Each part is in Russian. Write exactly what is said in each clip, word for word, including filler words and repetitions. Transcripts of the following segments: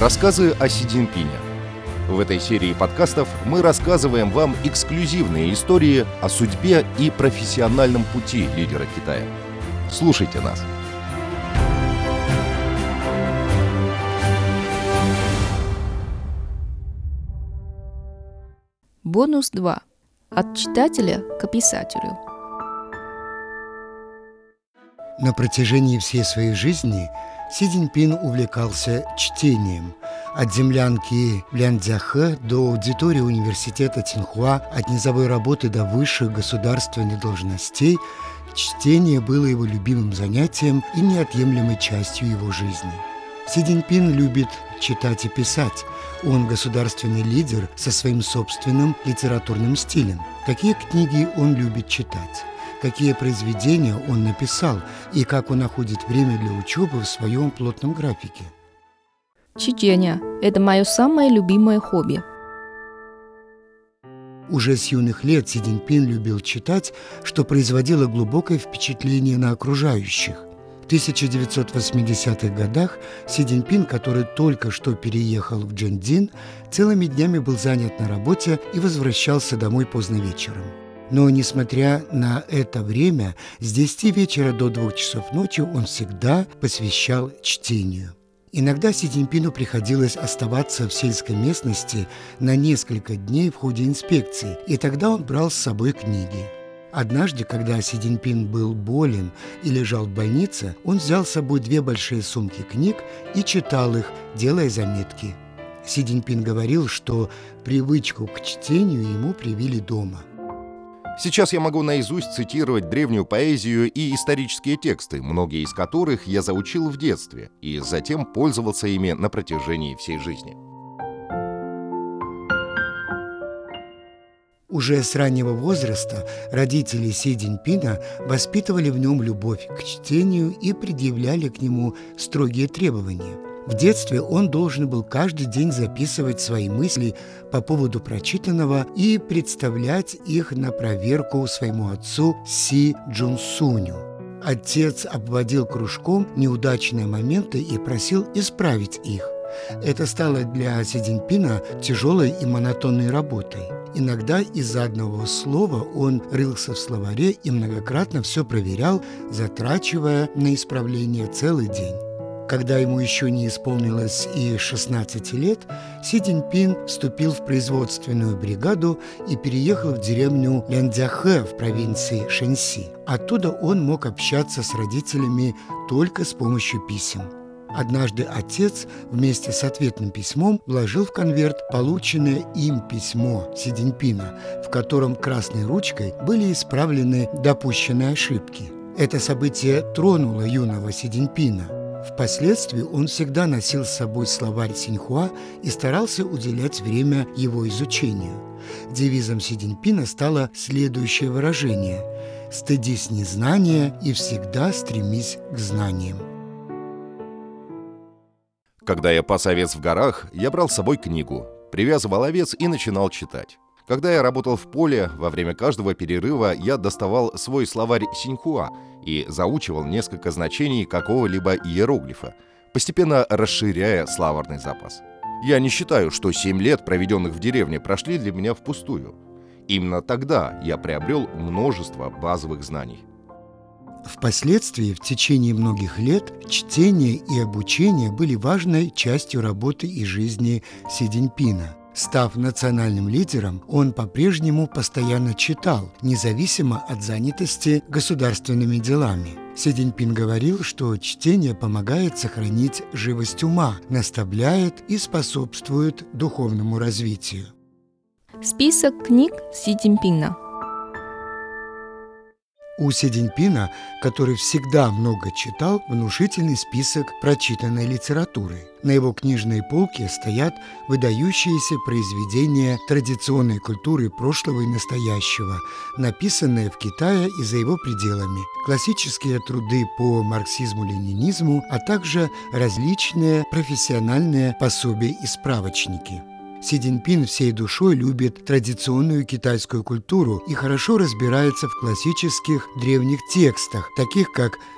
Рассказы о Си Цзиньпине. В этой серии подкастов мы рассказываем вам эксклюзивные истории о судьбе и профессиональном пути лидера Китая. Слушайте нас. Бонус два. От читателя к писателю. На протяжении всей своей жизни Си Цзиньпин увлекался чтением. От землянки в Лянцзяхэ до аудитории университета Цинхуа, от низовой работы до высших государственных должностей, чтение было его любимым занятием и неотъемлемой частью его жизни. Си Цзиньпин любит читать и писать. Он государственный лидер со своим собственным литературным стилем. Какие книги он любит читать? Какие произведения он написал и как он находит время для учебы в своем плотном графике. Чтение – это мое самое любимое хобби. Уже с юных лет Си Цзиньпин любил читать, что производило глубокое впечатление на окружающих. В тысяча девятьсот восьмидесятых годах Си Цзиньпин, который только что переехал в Чжэньцзин, целыми днями был занят на работе и возвращался домой поздно вечером. Но, несмотря на это время, с десяти вечера до двух часов ночи он всегда посвящал чтению. Иногда Си Цзиньпину приходилось оставаться в сельской местности на несколько дней в ходе инспекции, и тогда он брал с собой книги. Однажды, когда Си Цзиньпин был болен и лежал в больнице, он взял с собой две большие сумки книг и читал их, делая заметки. Си Цзиньпин говорил, что привычку к чтению ему привили дома. Сейчас я могу наизусть цитировать древнюю поэзию и исторические тексты, многие из которых я заучил в детстве и затем пользовался ими на протяжении всей жизни. Уже с раннего возраста родители Си Цзиньпина воспитывали в нем любовь к чтению и предъявляли к нему строгие требования. В детстве он должен был каждый день записывать свои мысли по поводу прочитанного и представлять их на проверку своему отцу Си Чжунсуню. Отец обводил кружком неудачные моменты и просил исправить их. Это стало для Си Цзиньпина тяжелой и монотонной работой. Иногда из-за одного слова он рылся в словаре и многократно все проверял, затрачивая на исправление целый день. Когда ему еще не исполнилось и шестнадцати лет, Си Цзиньпин вступил в производственную бригаду и переехал в деревню Лянцзяхэ в провинции Шэньси. Оттуда он мог общаться с родителями только с помощью писем. Однажды отец вместе с ответным письмом вложил в конверт полученное им письмо Си Цзиньпина, в котором красной ручкой были исправлены допущенные ошибки. Это событие тронуло юного Си Цзиньпина. Впоследствии он всегда носил с собой словарь Синьхуа и старался уделять время его изучению. Девизом Си Цзиньпина стало следующее выражение: «Стыдись незнания и всегда стремись к знаниям». Когда я пас овец в горах, я брал с собой книгу, привязывал овец и начинал читать. Когда я работал в поле, во время каждого перерыва я доставал свой словарь Синьхуа и заучивал несколько значений какого-либо иероглифа, постепенно расширяя словарный запас. Я не считаю, что семь лет, проведенных в деревне, прошли для меня впустую. Именно тогда я приобрел множество базовых знаний. Впоследствии, в течение многих лет, чтение и обучение были важной частью работы и жизни Си Цзиньпина. Став национальным лидером, он по-прежнему постоянно читал, независимо от занятости государственными делами. Си Цзиньпин говорил, что чтение помогает сохранить живость ума, наставляет и способствует духовному развитию. Список книг Си Цзиньпина. У Си Цзиньпина, который всегда много читал, внушительный список прочитанной литературы. На его книжной полке стоят выдающиеся произведения традиционной культуры прошлого и настоящего, написанные в Китае и за его пределами, классические труды по марксизму-ленинизму, а также различные профессиональные пособия и справочники. Си Цзиньпин всей душой любит традиционную китайскую культуру и хорошо разбирается в классических древних текстах, таких как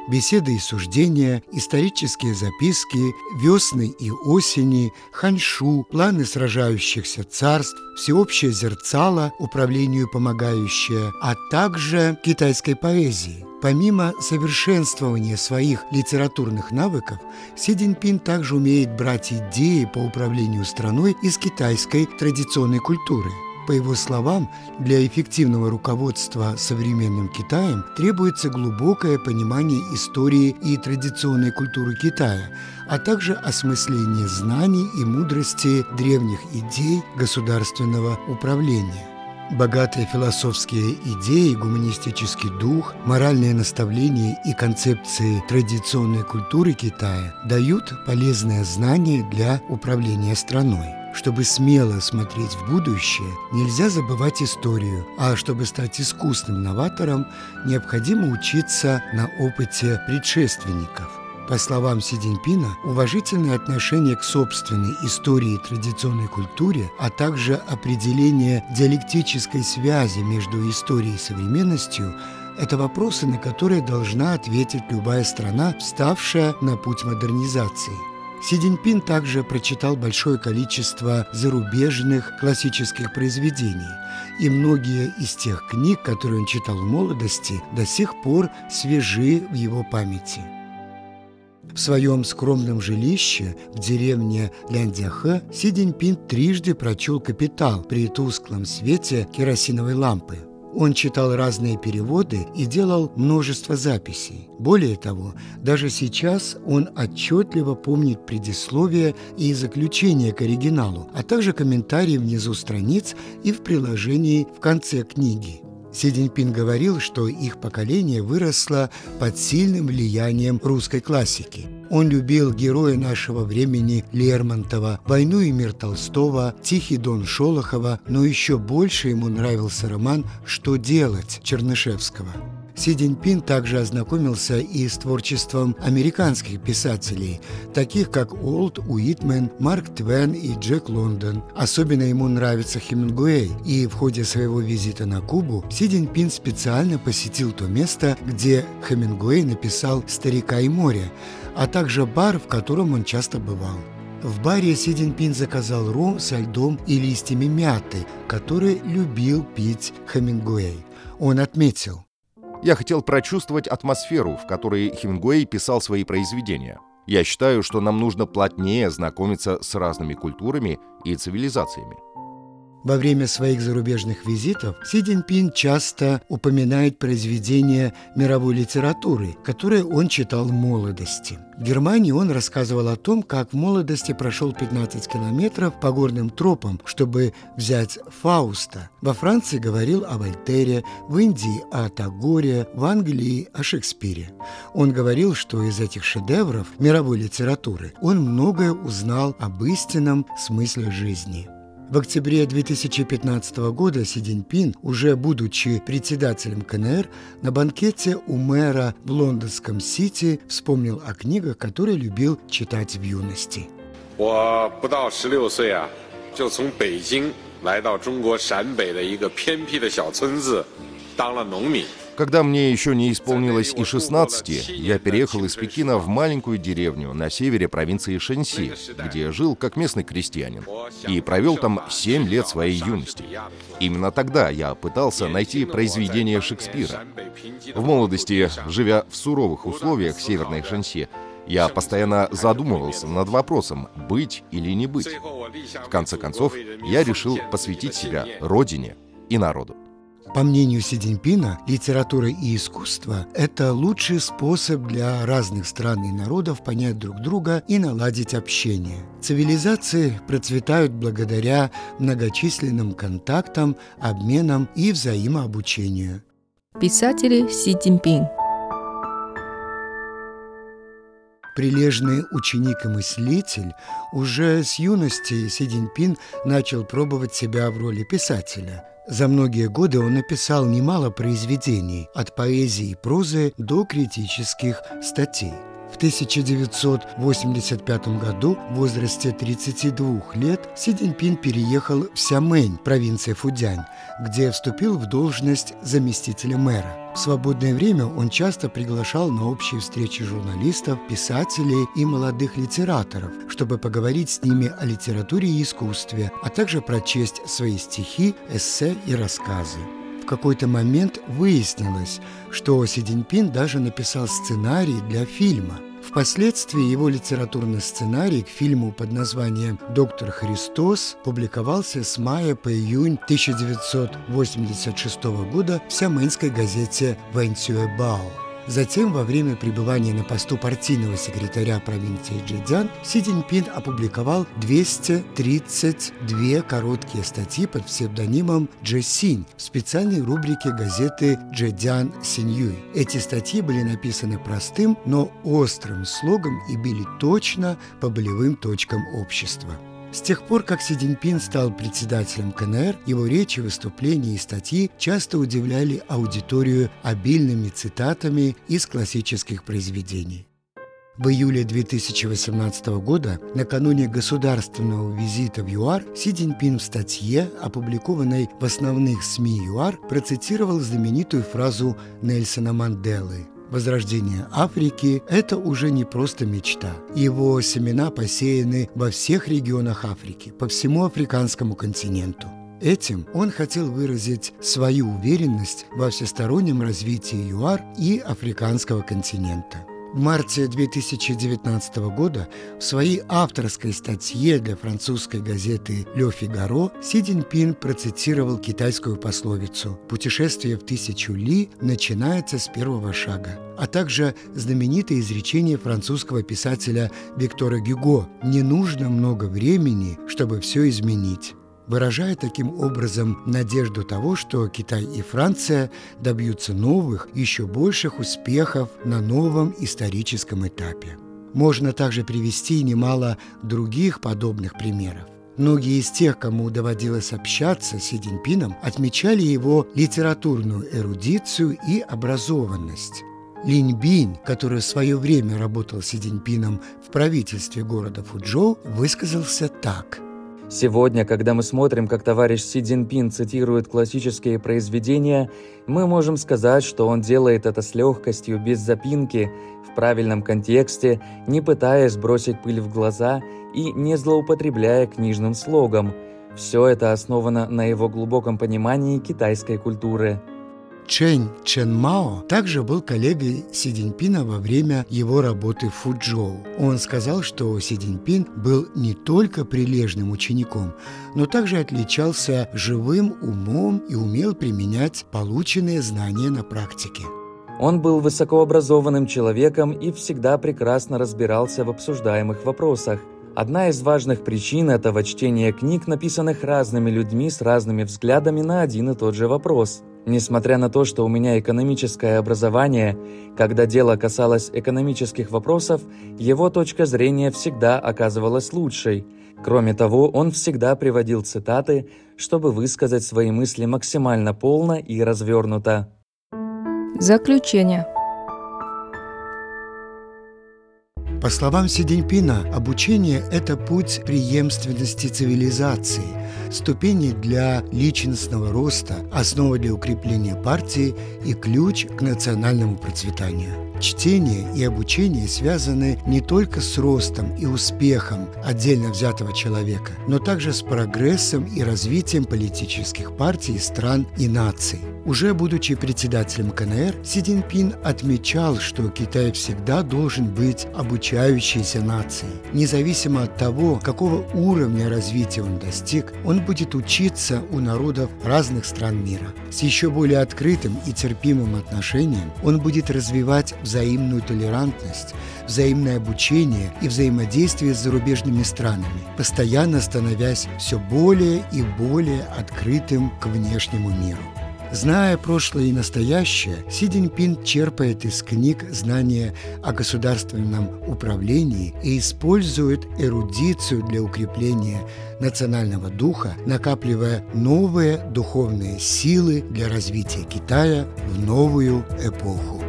беседы и суждения, исторические записки, весны и осени, ханьшу, планы сражающихся царств, всеобщее зерцало, управлению помогающее, а также китайской поэзии. Помимо совершенствования своих литературных навыков, Си Цзиньпин также умеет брать идеи по управлению страной из китайской традиционной культуры. По его словам, для эффективного руководства современным Китаем требуется глубокое понимание истории и традиционной культуры Китая, а также осмысление знаний и мудрости древних идей государственного управления. Богатые философские идеи, гуманистический дух, моральные наставления и концепции традиционной культуры Китая дают полезные знания для управления страной. Чтобы смело смотреть в будущее, нельзя забывать историю, а чтобы стать искусным новатором, необходимо учиться на опыте предшественников. По словам Си Цзиньпина, уважительное отношение к собственной истории и традиционной культуре, а также определение диалектической связи между историей и современностью – это вопросы, на которые должна ответить любая страна, вставшая на путь модернизации. Си Цзиньпин также прочитал большое количество зарубежных классических произведений, и многие из тех книг, которые он читал в молодости, до сих пор свежи в его памяти. В своем скромном жилище в деревне Ляндяхэ Си Цзиньпин трижды прочел «Капитал» при тусклом свете керосиновой лампы. Он читал разные переводы и делал множество записей. Более того, даже сейчас он отчетливо помнит предисловие и заключение к оригиналу, а также комментарии внизу страниц и в приложении в конце книги. Си Цзиньпин говорил, что их поколение выросло под сильным влиянием русской классики. Он любил героя нашего времени Лермонтова, «Войну и мир» Толстого, «Тихий дон» Шолохова, но еще больше ему нравился роман «Что делать» Чернышевского. Си Цзиньпин также ознакомился и с творчеством американских писателей, таких как Уолт Уитмен, Марк Твен и Джек Лондон. Особенно ему нравится Хемингуэй, и в ходе своего визита на Кубу Си Цзиньпин специально посетил то место, где Хемингуэй написал «Старика и море», а также бар, в котором он часто бывал. В баре Си Цзиньпин заказал ром со льдом и листьями мяты, который любил пить Хемингуэй. Он отметил: «Я хотел прочувствовать атмосферу, в которой Хемингуэй писал свои произведения. Я считаю, что нам нужно плотнее знакомиться с разными культурами и цивилизациями». Во время своих зарубежных визитов Си Цзиньпин часто упоминает произведения мировой литературы, которые он читал в молодости. В Германии он рассказывал о том, как в молодости прошел пятнадцать километров по горным тропам, чтобы взять Фауста. Во Франции говорил о Вольтере, в Индии о Тагоре, в Англии о Шекспире. Он говорил, что из этих шедевров мировой литературы он многое узнал об истинном смысле жизни. В октябре две тысячи пятнадцатого года Си Цзиньпин, уже будучи председателем ка эн эр, на банкете у мэра в лондонском Сити вспомнил о книгах, которые любил читать в юности. Я不到十六岁啊，就从北京来到中国陕北的一个偏僻的小村子，当了农民。 Когда мне еще не исполнилось и шестнадцати, я переехал из Пекина в маленькую деревню на севере провинции Шэньси, где жил как местный крестьянин, и провел там семь лет своей юности. Именно тогда я пытался найти произведения Шекспира. В молодости, живя в суровых условиях северной Шэньси, я постоянно задумывался над вопросом, быть или не быть. В конце концов, я решил посвятить себя родине и народу. По мнению Си Цзиньпина, литература и искусство – это лучший способ для разных стран и народов понять друг друга и наладить общение. Цивилизации процветают благодаря многочисленным контактам, обменам и взаимообучению. Писатель Си Цзиньпин. Прилежный ученик и мыслитель, уже с юности Си Цзиньпин начал пробовать себя в роли писателя. За многие годы он написал немало произведений, от поэзии и прозы до критических статей. В тысяча девятьсот восемьдесят пятом году в возрасте тридцати двух лет Си Цзиньпин переехал в Сямэнь, провинция Фудзянь, где вступил в должность заместителя мэра. В свободное время он часто приглашал на общие встречи журналистов, писателей и молодых литераторов, чтобы поговорить с ними о литературе и искусстве, а также прочесть свои стихи, эссе и рассказы. В какой-то момент выяснилось, что Си Цзиньпин даже написал сценарий для фильма. Впоследствии его литературный сценарий к фильму под названием «Доктор Христос» публиковался с мая по июнь тысяча девятьсот восемьдесят шестого года в сямэнской газете «Вэньцюэбао». Затем, во время пребывания на посту партийного секретаря провинции Чжэцзян, Си Цзиньпин опубликовал двести тридцать две короткие статьи под псевдонимом Чжэ Синь в специальной рубрике газеты «Чжэцзян Синьюй». Эти статьи были написаны простым, но острым слогом и били точно по болевым точкам общества. С тех пор, как Си Цзиньпин стал председателем ка эн эр, его речи, выступления и статьи часто удивляли аудиторию обильными цитатами из классических произведений. В июле две тысячи восемнадцатого года, накануне государственного визита в ЮАР, Си Цзиньпин в статье, опубликованной в основных СМИ ЮАР, процитировал знаменитую фразу Нельсона Манделы: «Возрождение Африки – это уже не просто мечта. Его семена посеяны во всех регионах Африки, по всему африканскому континенту». Этим он хотел выразить свою уверенность во всестороннем развитии ЮАР и африканского континента. В марте две тысячи девятнадцатого года в своей авторской статье для французской газеты «Ле Фигаро» Си Цзиньпин процитировал китайскую пословицу «Путешествие в тысячу ли начинается с первого шага», а также знаменитое изречение французского писателя Виктора Гюго «Не нужно много времени, чтобы все изменить», выражая таким образом надежду того, что Китай и Франция добьются новых, еще больших успехов на новом историческом этапе. Можно также привести немало других подобных примеров. Многие из тех, кому доводилось общаться с Си Цзиньпином, отмечали его литературную эрудицию и образованность. Линь Бинь, который в свое время работал с Си Цзиньпином в правительстве города Фучжоу, высказался так: «Сегодня, когда мы смотрим, как товарищ Си Цзиньпин цитирует классические произведения, мы можем сказать, что он делает это с легкостью, без запинки, в правильном контексте, не пытаясь бросить пыль в глаза и не злоупотребляя книжным слогом. Все это основано на его глубоком понимании китайской культуры». Чэнь Чэнмао также был коллегой Си Цзиньпина во время его работы в Фучжоу. Он сказал, что Си Цзиньпин был не только прилежным учеником, но также отличался живым умом и умел применять полученные знания на практике. Он был высокообразованным человеком и всегда прекрасно разбирался в обсуждаемых вопросах. Одна из важных причин этого чтения книг, написанных разными людьми с разными взглядами на один и тот же вопрос. Несмотря на то, что у меня экономическое образование, когда дело касалось экономических вопросов, его точка зрения всегда оказывалась лучшей. Кроме того, он всегда приводил цитаты, чтобы высказать свои мысли максимально полно и развернуто. Заключение. По словам Си Цзиньпина, обучение – это путь преемственности цивилизации, ступени для личностного роста, основа для укрепления партии и ключ к национальному процветанию. Чтение и обучение связаны не только с ростом и успехом отдельно взятого человека, но также с прогрессом и развитием политических партий, стран и наций. Уже будучи председателем ка эн эр, Си Цзиньпин отмечал, что Китай всегда должен быть обучающейся нацией. Независимо от того, какого уровня развития он достиг, он будет учиться у народов разных стран мира. С еще более открытым и терпимым отношением он будет развивать взаимную толерантность, взаимное обучение и взаимодействие с зарубежными странами, постоянно становясь все более и более открытым к внешнему миру. Зная прошлое и настоящее, Си Цзиньпин черпает из книг знания о государственном управлении и использует эрудицию для укрепления национального духа, накапливая новые духовные силы для развития Китая в новую эпоху.